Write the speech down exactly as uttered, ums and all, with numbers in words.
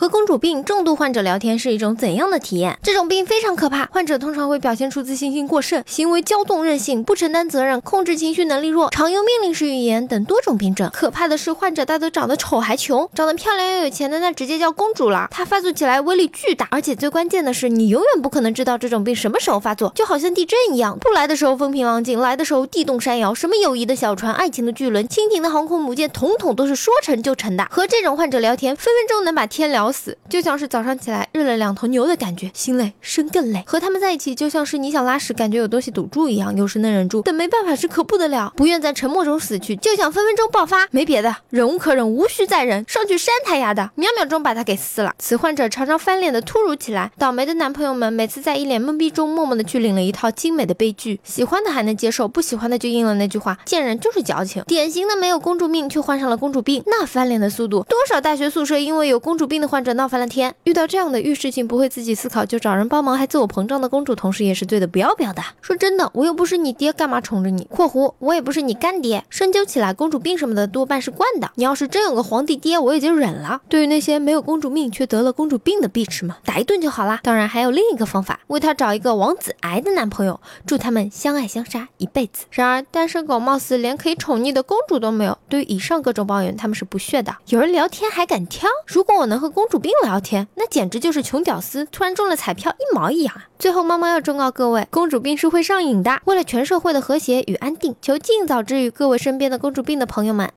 和公主病重度患者聊天是一种怎样的体验？这种病非常可怕，患者通常会表现出自信心过剩、行为骄纵任性、不承担责任、控制情绪能力弱、常用命令式语言等多种病症。可怕的是，患者大都长得丑还穷，长得漂亮又有钱的那直接叫公主了。它发作起来威力巨大，而且最关键的是，你永远不可能知道这种病什么时候发作，就好像地震一样，不来的时候风平浪静，来的时候地动山摇，什么友谊的小船、爱情的巨轮、蜻蜓的航空母舰，统统都是说成就成的。和这种患者聊天，分分钟能把天聊死，就像是早上起来日了两头牛的感觉，心累身更累。和他们在一起，就像是你想拉屎，感觉有东西堵住一样，有时能忍住，但没办法时可不得了，不愿在沉默中死去，就想分分钟爆发。没别的，忍无可忍，无需再忍，上去扇他丫的，秒秒钟把他给撕了。此患者常常翻脸的突如其来，倒霉的男朋友们每次在一脸懵逼中，默默的去领了一套精美的悲剧，喜欢的还能接受，不喜欢的就应了那句话：见人就是矫情。典型的没有公主命却患上了公主病，那翻脸的速度，多少大学宿舍因为有公主病的患者闹翻了天。遇到这样的遇事情不会自己思考就找人帮忙还自我膨胀的公主同事也是对的不要不要的。说真的，我又不是你爹，干嘛宠着你？括弧我也不是你干爹。深究起来，公主病什么的多半是惯的，你要是真有个皇帝爹，我也就忍了。对于那些没有公主命却得了公主病的 bitch 们，打一顿就好啦。当然还有另一个方法，为她找一个王子癌的男朋友，祝他们相爱相杀一辈子。然而单身狗貌似连可以宠溺的公主都没有，对于以上各种抱怨他们是不屑的。有人聊天还敢挑？如果我能和公主病聊天，那简直就是穷屌丝突然中了彩票一毛一样啊！最后猫猫要忠告各位，公主病是会上瘾的，为了全社会的和谐与安定，求尽早治愈各位身边的公主病的朋友们。